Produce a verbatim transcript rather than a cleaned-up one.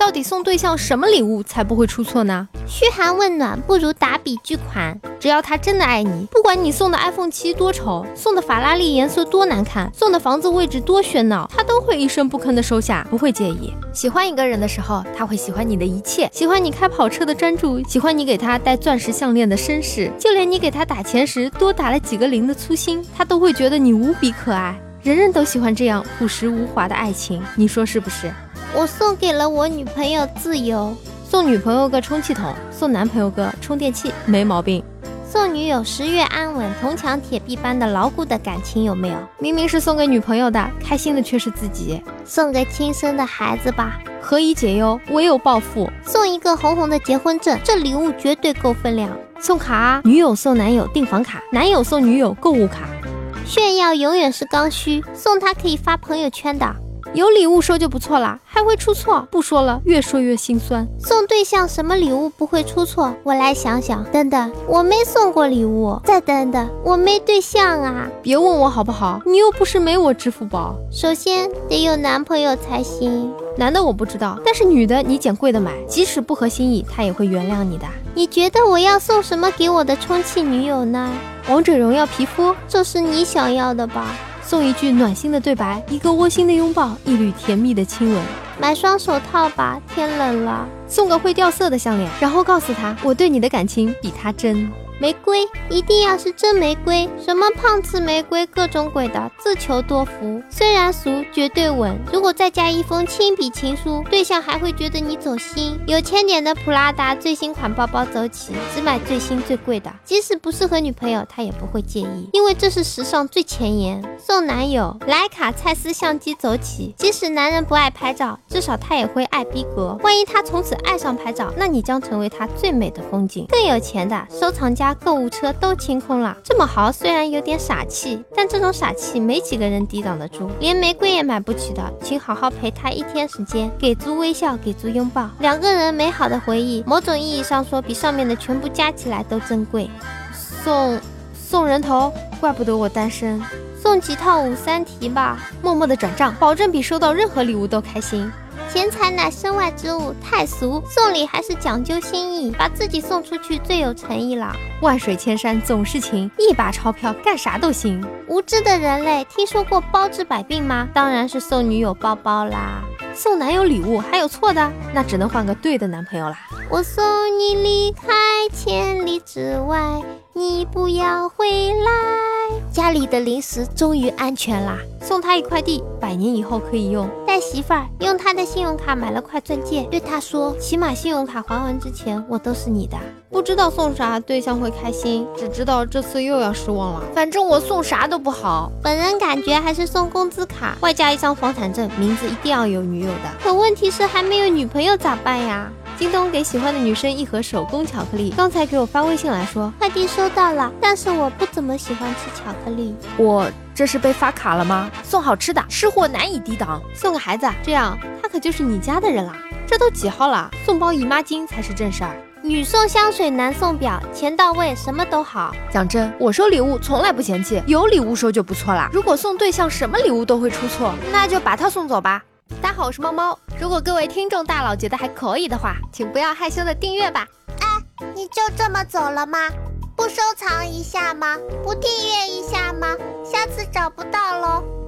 到底送对象什么礼物才不会出错呢？ 嘘寒问暖不如打笔巨款， 只要他真的爱你，不管你送的 iPhone 七多丑，送的法拉利颜色多难看，送的房子位置多喧闹，他都会一声不吭的收下，不会介意。喜欢一个人的时候，他会喜欢你的一切，喜欢你开跑车的专注，喜欢你给他戴钻石项链的绅士，就连你给他打钱时多打了几个零的粗心，他都会觉得你无比可爱。人人都喜欢这样朴实无华的爱情，你说是不是？ 我送给了我女朋友自由， 送女朋友个充气筒，送男朋友个充电器，没毛病。 送女友十月安稳，铜墙铁壁般的牢固的感情有没有？ 明明是送给女朋友的，开心的却是自己。 送给亲生的孩子吧， 何以解忧，唯有暴富。 送一个红红的结婚证，这礼物绝对够分量。 送卡啊，女友送男友订房卡，男友送女友购物卡。 炫耀永远是刚需，送他可以发朋友圈的。 有礼物说就不错啦，还会出错，不说了，越说越心酸。 送对象什么礼物不会出错？我来想想。等等，我没送过礼物。再等等，我没对象啊。 别问我好不好，你又不是没我支付宝。 首先得有男朋友才行。 男的我不知道，但是女的你捡贵的买，即使不合心意，他也会原谅你的。 你觉得我要送什么给我的充气女友呢？ 王者荣耀皮肤， 这是你想要的吧？ 送一句暖心的对白，一个窝心的拥抱，一缕甜蜜的亲吻。 买双手套吧，天冷了。 送个会掉色的项链，然后告诉他，我对你的感情比他真。 玫瑰一定要是真玫瑰，什么胖次玫瑰各种鬼的，自求多福。虽然俗，绝对稳。如果再加一封亲笔情书，对象还会觉得你走心。有钱点的普拉达最新款包包走起，只买最新最贵的，即使不适合女朋友，他也不会介意，因为这是时尚最前沿。送男友徕卡蔡司相机走起，即使男人不爱拍照，至少他也会爱逼格。万一他从此爱上拍照，那你将成为他最美的风景。更有钱的收藏家购物车都清空了，这么豪虽然有点傻气，但这种傻气没几个人抵挡得住。连玫瑰也买不起的，请好好陪他一天时间，给足微笑，给足拥抱，两个人美好的回忆，某种意义上说比上面的全部加起来都珍贵。 送送人头，怪不得我单身。 送几套五三题吧， 默默的转账，保证比收到任何礼物都开心。 钱财乃身外之物，太俗，送礼还是讲究心意，把自己送出去最有诚意了。 万水千山总是情，一把钞票干啥都行。 无知的人类，听说过包治百病吗？当然是送女友包包啦。 送男友礼物还有错的？那只能换个对的男朋友啦。 我送你离开千里之外，你不要回来。家里的零食终于安全啦。 送他一块地，百年以后可以用。 带媳妇儿用他的信用卡买了块钻戒，对他说，起码信用卡还完之前我都是你的。 不知道送啥对象会开心，只知道这次又要失望了。反正我送啥都不好。 本人感觉还是送工资卡， 外加一张房产证，名字一定要有女友的。 可问题是还没有女朋友咋办呀？ 京东给喜欢的女生一盒手工巧克力，刚才给我发微信来说快递收到了，但是我不怎么喜欢吃巧克力。 我这是被发卡了吗？送好吃的，吃货难以抵挡。送个孩子，这样他可就是你家的人啦。这都几号了？送包姨妈巾才是正事儿。 女送香水，男送表，钱到位，什么都好。 讲真，我收礼物从来不嫌弃，有礼物收就不错啦。如果送对象什么礼物都会出错，那就把他送走吧。大家好，我是猫猫。如果各位听众大佬觉得还可以的话，请不要害羞的订阅吧。 哎，你就这么走了吗？不收藏一下吗？不订阅一下吗？下次找不到咯。